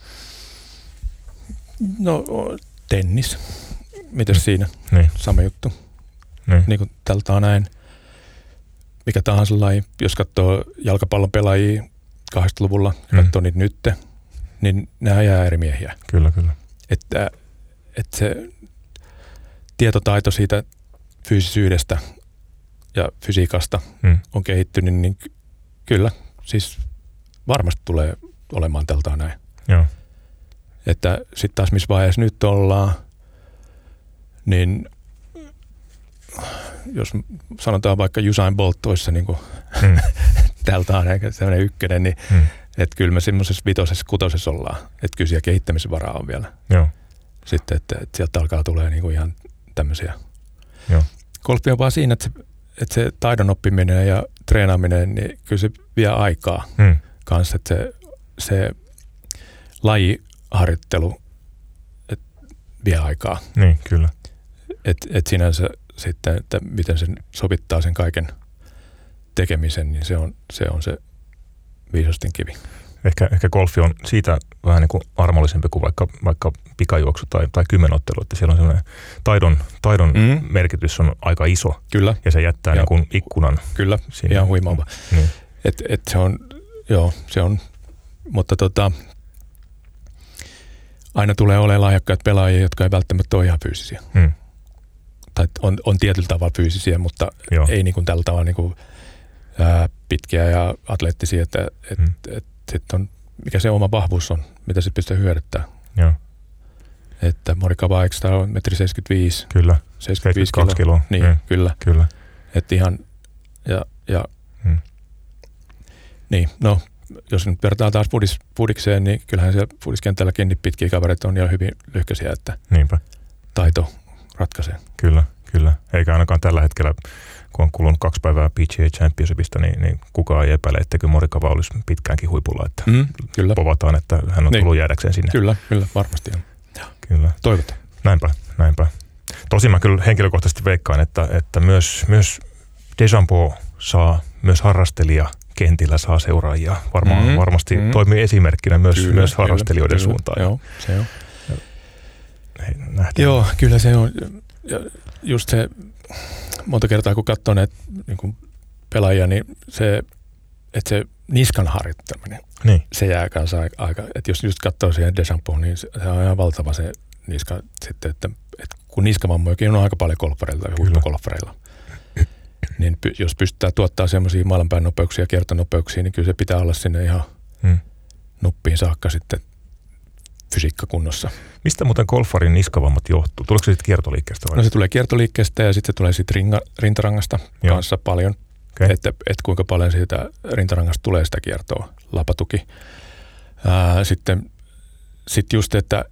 No tennis. Mitäs siinä? Niin. Sama juttu. Niin kuin tältä on näin. Mikä tahansa laji. Jos katsoo jalkapallon pelaajia 80-luvulla, katsoo niitä nytte, niin nämä jää eri miehiä. Kyllä. Että se tietotaito siitä fyysisyydestä ja fysiikasta on kehittynyt, niin kyllä, siis varmasti tulee olemaan tältä näin. Joo. Että sitten taas missä vaiheessa nyt ollaan, niin jos sanotaan vaikka Usain Bolt olisi niin kuin tältä on ehkä sellainen ykkönen, niin että kyllä me semmoisessa 5-6 ollaan. Että kyllä siellä kehittämisen varaa on vielä. Joo. Sitten, että sieltä alkaa tulee niinku ihan tämmöisiä. Joo. Golfi on vaan siinä, että se taidon oppiminen ja treenaaminen, niin kyllä se vie aikaa kanssa. Että se lajiharjoittelu vie aikaa. Niin, kyllä. Et sinänsä sitten, että miten sen sovittaa sen kaiken tekemisen, niin se on se viisastin kivi. Ehkä golfi on siitä vähän niin kuin armollisempi kuin vaikka pikajuoksu tai 10-ottelu, että siellä on sellainen taidon merkitys on aika iso. Kyllä. Ja se jättää niin kuin ikkunan. Kyllä, sinne. ihan huimaava. Niin. Et se on, mutta aina tulee olemaan lahjakkaita pelaajia, jotka ei välttämättä ole ihan fyysisiä. Tai on tietyllä tavalla fyysisiä, mutta ei niin kuin tällä tavalla niin kuin, pitkiä ja atleettisia, että sitten on mikä se oma vahvuus on, mitä se pystyy hyödyttämään. Joo. Että Morikawa, eikö tämä on 1,75 metriä? Kyllä. 72 kiloa. Niin, kyllä. Kyllä. Että ihan, niin, no, jos nyt verrataan taas fudikseen, niin kyllähän siellä fudiskentälläkin niin pitkiä kavereita on ihan hyvin lyhkäisiä, että Niinpä. taito ratkaisee. Kyllä. Eikä ainakaan tällä hetkellä, kun on kulunut 2 päivää PGA Championshipista, niin kukaan ei epäile, etteikö Morikawa olisi pitkäänkin huipulla. Että Kyllä. povataan, että hän on tullut jäädäkseen sinne. Kyllä, varmasti on. Kyllä. Toivotaan. Näinpä. Tosin mä kyllä henkilökohtaisesti veikkaan, että myös Deschamps saa, myös harrastelija kentillä saa seuraajia. Varmasti toimii esimerkkinä myös harrastelijoiden suuntaan. Joo, se on. Nähtiin. Joo, kyllä se on. Ja just se, monta kertaa kun katsoo näitä niin pelaajia, niin se niskan harjoittaminen, niin. se jää kanssa aika, että jos just katsoo siihen Deschamps, niin se on ihan valtava se niska sitten, että kun niskavammojakin on aika paljon golfareilla ja huippugolfareilla, niin jos pystytään tuottaa semmoisia maailmanpään nopeuksia ja kiertonopeuksia, niin kyllä se pitää olla sinne ihan nuppiin saakka sitten fysiikkakunnossa. Mistä muuten golfarin niskavammat johtuu? Tuleeko se sitten kiertoliikkeestä vai? No se tulee kiertoliikkeestä ja sitten se tulee sitten rintarangasta kanssa paljon. Okay. Että kuinka paljon siitä rintarangasta tulee sitä kiertoa, lapatuki. Sitten just, että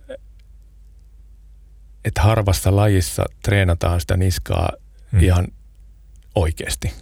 harvassa lajissa treenataan sitä niskaa ihan oikeasti.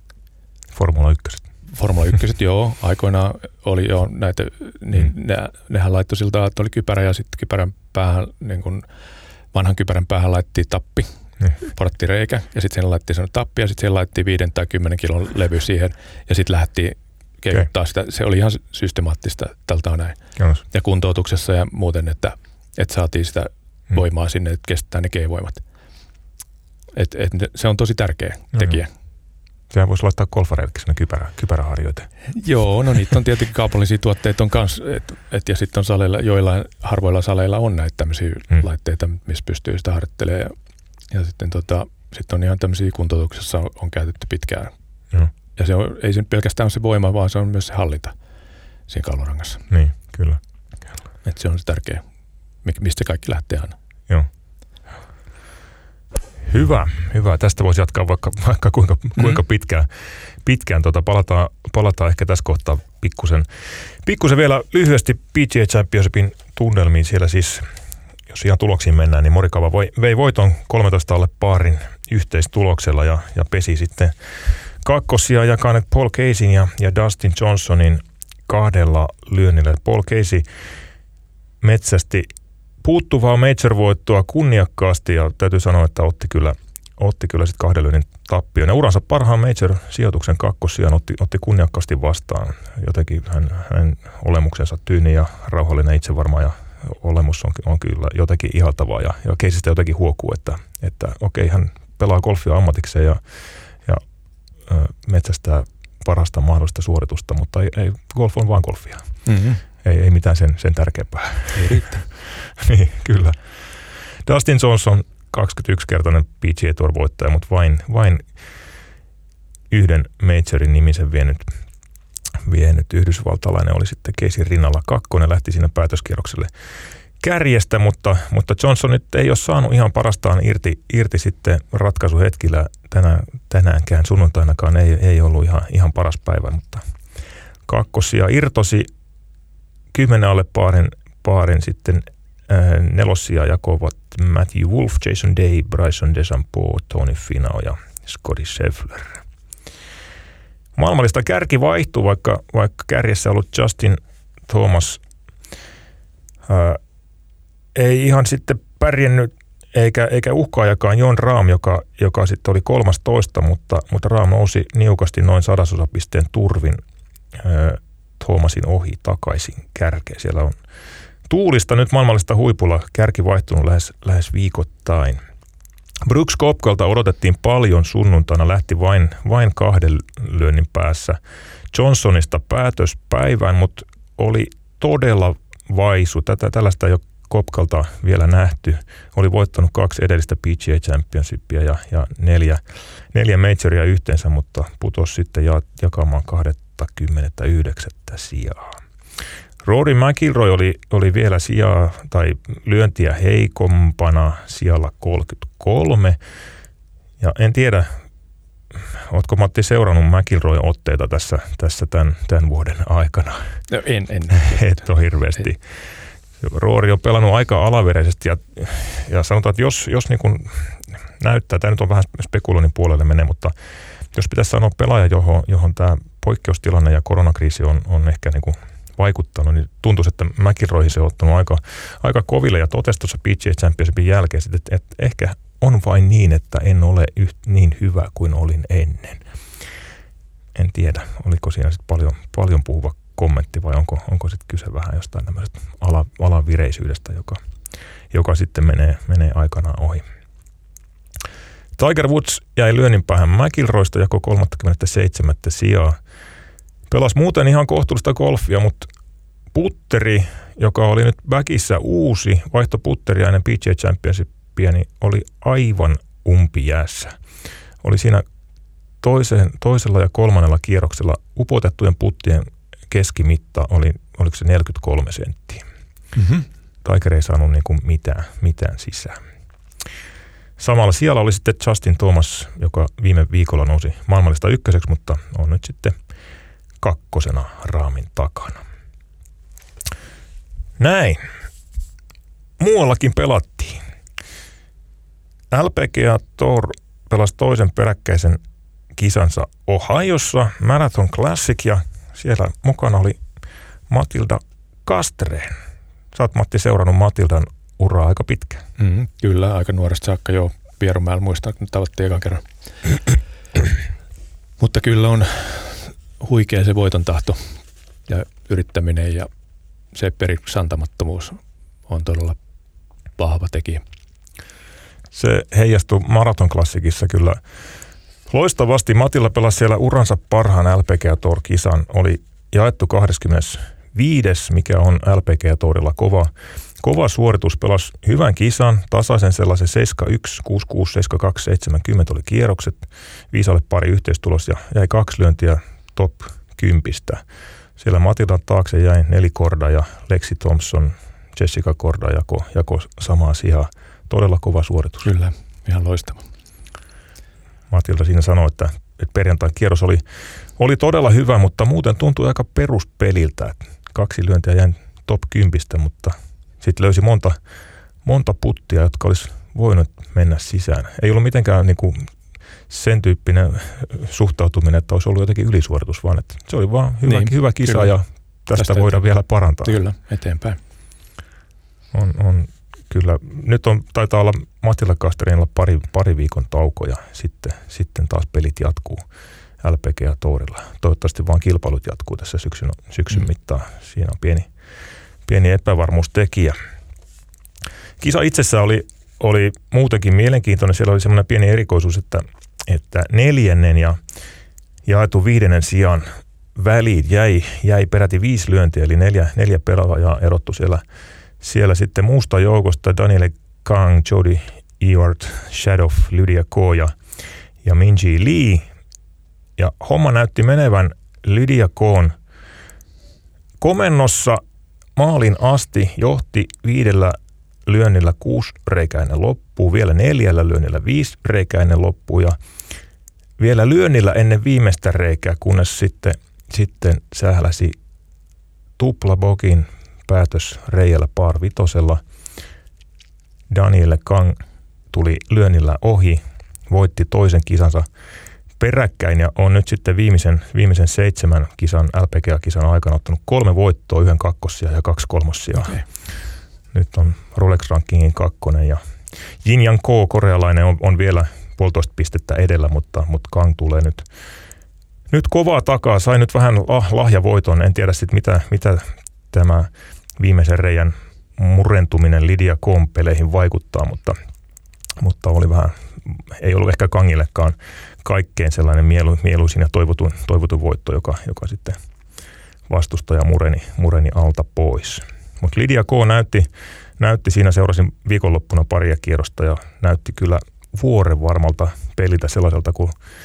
Formula 1, joo. Aikoinaan oli jo näitä, niin nehän laittoi siltä, että oli kypärä ja sitten kypärän päähän, niin kuin vanhan kypärän päähän laitettiin tappi, porttireikä ja sitten siihen laitettiin sellainen tappi ja sitten siihen laitettiin 5 tai 10 kilon levy siihen ja sitten lähdettiin keikuttaa sitä. Se oli ihan systemaattista tältä näin. Jonas. Ja kuntoutuksessa ja muuten, että saatiin sitä voimaa sinne, että kestää ne G-voimat. Se on tosi tärkeä tekijä. Sehän voisi laittaa golfareillekin sellainen kypäräharjoite. Joo, no niitä on tietenkin kaupallisia tuotteita on kanssa, ja sitten on saleilla, joillain harvoilla saleilla on näitä tämmöisiä laitteita, missä pystyy sitä harjoittelemaan. Ja sitten sit on ihan tämmöisiä kuntoutuksessa on käytetty pitkään. Ja se on, ei se pelkästään ole se voima, vaan se on myös se hallinta siinä kaulurangassa. Niin, kyllä. Että se on se tärkeä, mistä kaikki lähtee aina. Joo. Hyvä. Tästä voisi jatkaa vaikka kuinka pitkään. Palataan ehkä tässä kohtaa pikkusen vielä lyhyesti PGA Championshipin tunnelmiin. Siellä siis, jos ihan tuloksiin mennään, niin Morikawa vei voiton 13 alle paarin yhteistuloksella ja pesi sitten kakkosia jakaneet Paul Caseyn ja Dustin Johnsonin 2 lyönnillä. Paul Casey metsästi puuttuvaa major-voittoa kunniakkaasti ja täytyy sanoa, että otti kyllä sitten 2 lyönnin tappioon. Ja uransa parhaan major-sijoituksen kakkossijan otti kunniakkaasti vastaan. Jotenkin hänen olemuksensa tyyni ja rauhallinen itsevarma ja olemus on kyllä jotenkin ihaltavaa. Ja Caseystä jotenkin huokuu, että okei, hän pelaa golfia ammatikseen ja metsästää parasta mahdollista suoritusta, mutta ei golf on vaan golfia. Mm-hmm. Ei mitään sen tärkeämpää. Ei riittää. Niin, kyllä. Dustin Johnson 21-kertainen PGA Tour-voittaja, mutta vain yhden majorin nimisen vienyt yhdysvaltalainen oli sitten Caseyn rinnalla 2. Lähti siinä päätöskierrokselle kärjestä, mutta Johnson nyt ei ole saanut ihan parastaan irti sitten ratkaisuhetkillä. Tänäänkään sunnuntainakaan ei ollut ihan paras päivä, mutta kakkosia irtosi 10 alle paarin sitten 4 jakoivat Matthew Wolff, Jason Day, Bryson DeChambeau, Tony Finau ja Scottie Scheffler. Maailmallista kärki vaihtuu, vaikka kärjessä ollut Justin Thomas ei ihan sitten pärjännyt eikä uhkaajakaan Jon Rahm, joka sitten oli 13, mutta Rahm nousi niukasti noin 100 pisteen turvin Thomasin ohi takaisin kärkeen. Siellä on tuulista nyt maailmallista huipulla, kärki vaihtunut lähes viikoittain. Brooks Koepkalta odotettiin paljon sunnuntaina, lähti vain 2 lyönnin päässä Johnsonista päätöspäivään, mutta oli todella vaisu. Tällaista ei ole Koepkalta vielä nähty. Oli voittanut 2 edellistä PGA Championshipia ja 4 majoria yhteensä, mutta putosi sitten jakamaan 29. sijaa. Rory McIlroy oli vielä sijaa tai lyöntiä heikompana sijalla 33. Ja en tiedä, ootko Matti seurannut McIlroy-otteita tässä tämän vuoden aikana? No, en. Et ole hirveästi. Rory on pelannut aika alavereisesti ja sanotaan, että jos niin kuin näyttää, tämä nyt on vähän spekuloinnin puolelle menee, mutta jos pitäisi sanoa pelaaja, johon tämä poikkeustilanne ja koronakriisi on ehkä niin kuin vaikuttanut, niin tuntuisi, että McIlroyhin se on ottanut aika koville ja totesi tuossa PGA Championshipin jälkeen, että ehkä on vain niin, että en ole niin hyvä kuin olin ennen. En tiedä, oliko siinä sitten paljon puhuva kommentti vai onko sitten kyse vähän jostain tämmöisestä alavireisyydestä, joka sitten menee aikanaan ohi. Tiger Woods jäi lyönnin päähän McIlroysta jako 37. sijaa. Pelasi muuten ihan kohtuullista golfia, mutta putteri, joka oli nyt backissa uusi, vaihto putteria ennen PGA Championshipia, niin oli aivan umpijäässä. Oli siinä toisella ja kolmannella kierroksella upotettujen puttien keskimitta oliko se 43 senttiä. Mm-hmm. Tiger ei saanut niin kuin mitään sisään. Samalla siellä oli sitten Justin Thomas, joka viime viikolla nousi maailmallista ykköseksi, mutta on nyt sitten kakkosena raamin takana. Näin. Muuallakin pelattiin. LPGA Tour pelasi toisen peräkkäisen kisansa Ohiossa, Marathon Classic, ja siellä mukana oli Matilda Castrén. Sä oot, Matti, seurannut Matildan uraa aika pitkään. Kyllä, aika nuoresta saakka jo. Vierumäellä muistan, kun tavattiin ekan kerran. Mutta kyllä on huikea se voiton tahto ja yrittäminen ja se perusantamattomuus on todella vahva tekijä. Se heijastui Marathon Classicissa kyllä loistavasti. Matilda pelasi siellä uransa parhaan LPGA Tour-kisan. Oli jaettu 25., mikä on LPGA Tourilla kova suoritus. Pelasi hyvän kisan, tasaisen sellaisen 71, 66, 72, 70 oli kierrokset. Viisalle pari yhteistulos ja jäi 2 lyöntiä top 10. Siellä Matildan taakse jäi Nelly Korda ja Lexi Thompson, Jessica Korda jako samaa sijaa. Todella kova suoritus. Kyllä, ihan loistava. Matilda siinä sanoi, että perjantain kierros oli todella hyvä, mutta muuten tuntui aika peruspeliltä. 2 lyöntiä jäi top 10, mutta sitten löysi monta puttia, jotka olisi voinut mennä sisään. Ei ollut mitenkään niin kuin sen tyyppinen suhtautuminen, että olisi ollut jotenkin ylisuoritus, vaan että se oli vaan hyvä kisa kyllä. Ja tästä voidaan vielä parantaa. Kyllä, eteenpäin. On kyllä. Nyt taitaa olla Matilda Castrénilla pari viikon tauko ja sitten taas pelit jatkuu LPGA Tourilla. Toivottavasti vaan kilpailut jatkuu tässä syksyn mittaan. Siinä on pieni epävarmuustekijä. Kisa itsessään oli muutenkin mielenkiintoinen. Siellä oli semmoinen pieni erikoisuus, että 4. ja jaetun 5. sijan väliin jäi peräti 5 lyöntiä, eli 4 pelaajaa erottu siellä sitten muusta joukosta Danielle Kang, Jody Ewart, Shadow, Lydia Ko ja Minjee Lee. Ja homma näytti menevän Lydia Koon komennossa maalin asti, johti 5 lyönnillä 6-reikäinen loppuun, vielä 4 lyönnillä 5-reikäinen loppuun ja vielä lyönnillä ennen viimeistä reikää, kunnes sitten sähläsi tuplabogin päätös reijällä par 5. Danielle Kang tuli lyönnillä ohi, voitti toisen kisansa peräkkäin ja on nyt sitten viimeisen 7 kisan, LPGA-kisan aikana ottanut 3 voittoa, 1 kakkosia ja 2 kolmosia. Okay. Nyt on Rolex-rankingin 2 ja Jin Young Ko, korealainen, on vielä 1,5 pistettä edellä, mutta Kang tulee nyt kovaa takaa. Sai nyt vähän lahjavoiton. En tiedä sitten mitä tämä viimeisen reijän murentuminen Lydia Koon peleihin vaikuttaa, mutta oli vähän, ei ollut ehkä Kangillekaan kaikkein sellainen mieluisin ja toivotun voitto, joka sitten vastustaja mureni alta pois. Mutta Lydia Ko näytti siinä, seurasin viikonloppuna paria kierrosta ja näytti kyllä vuoren varmalta peliltä sellaiselta, kun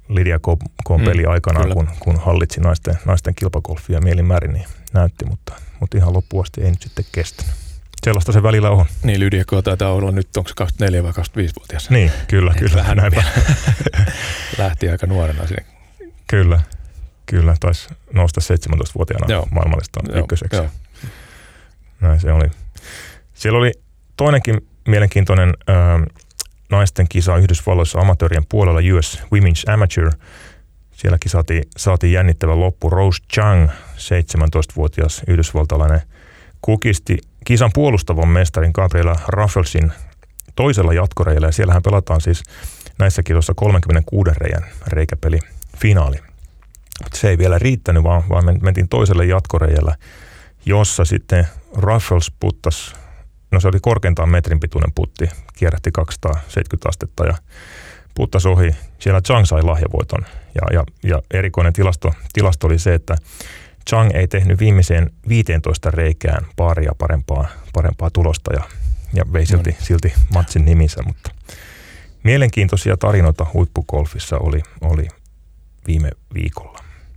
Lydia Ko'n peli aikanaan, kun hallitsi naisten kilpagolfia mielinmäärin, niin näytti, mutta ihan loppuun asti ei nyt sitten kestänyt. Sellaista se välillä on. Niin, Lydia K taitaa olla nyt, onko se 24 vai 25-vuotias? Niin, kyllä. Näinpä. Lähti aika nuorena sinne. Kyllä, taisi nousta 17-vuotiaana maailmanlistan ykköseksi. Joo. Näin se oli. Siellä oli toinenkin mielenkiintoinen naisten kisa Yhdysvalloissa amatöörien puolella, US Women's Amateur. Sielläkin saatiin jännittävä loppu. Rose Chang, 17-vuotias yhdysvaltalainen, kukisti kisan puolustavan mestarin Gabriela Raffelsin toisella jatkoreijällä. Ja siellähän pelataan siis näissä kisoissa 36 reikäpeli finaali. Se ei vielä riittänyt, vaan mentiin toiselle jatkoreijällä, jossa sitten Raffels puttasi, no se oli korkeintaan metrin pituinen putti, kierrähti 270 astetta ja puttasi ohi. Siellä Chang sai lahjavoiton ja erikoinen tilasto oli se, että Chang ei tehnyt viimeiseen 15 reikään paaria parempaa tulosta ja vei silti matsin nimissä, mutta mielenkiintoisia tarinoita huippugolfissa oli viime viikolla.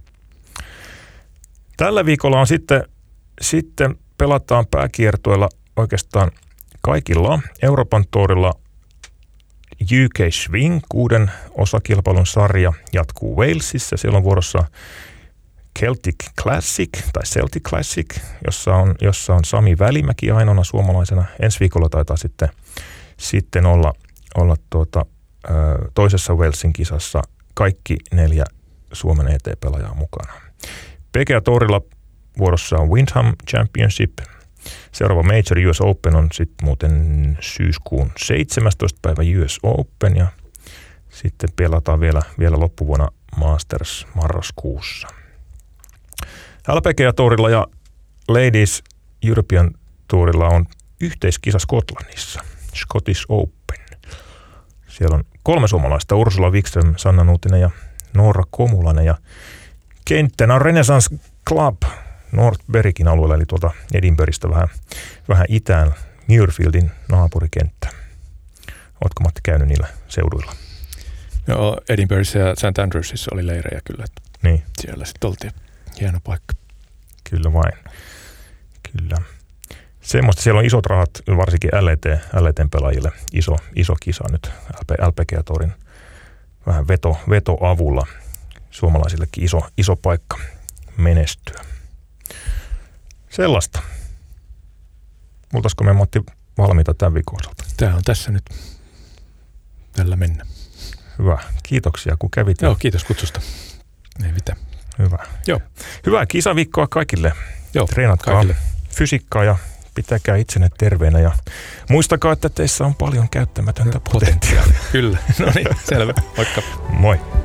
Tällä viikolla on sitten pelataan pääkiertueella oikeastaan kaikilla. Euroopan tourilla UK Swing, 6 osakilpailun sarja, jatkuu Walesissa. Siellä on vuorossa Celtic Classic, jossa on Sami Välimäki ainoana suomalaisena. Ensi viikolla taitaa sitten olla toisessa Walesin kisassa kaikki 4 Suomen ET-pelaajaa mukana. PGA Tourilla vuorossa on Windham Championship. Seuraava Major US Open on sitten muuten syyskuun 17. päivä US Open ja sitten pelataan vielä loppuvuonna Masters marraskuussa. LPGA Tourilla ja Ladies European Tourilla on yhteiskisa Skotlannissa, Scottish Open. Siellä on 3 suomalaista, Ursula Wikström, Sanna Nuutinen ja Noora Komulainen ja kenttänä on Renaissance Club North Berrickin alueella, eli tuolta Edinburghista vähän itään, Muirfieldin naapurikenttä. Ootko Matti käynyt niillä seuduilla? Joo, Edinburghissa ja St. Andrewsissa oli leirejä kyllä. Niin. Siellä sitten oltiin. Hieno paikka. Kyllä vain. Kyllä. Semmoista, siellä on isot rahat, varsinkin LET:n pelaajille. Iso kisa nyt LPGA Tourin vähän vetoavulla. Suomalaisillekin iso paikka menestyä. Sellaista. Oltaisiko me, Matti, valmiita tämän viikon osalta? Tämä on tässä nyt. Tällä mennä. Hyvä. Kiitoksia, kun kävit. Joo, kiitos kutsusta. Ei mitään. Hyvä. Joo. Hyvää kisaviikkoa kaikille. Joo, treenatkaa kaikille fysiikkaa ja pitäkää itsenne terveenä ja muistakaa, että teissä on paljon käyttämätöntä potentiaalia. Kyllä. No niin, selvä. Moikka. Moi.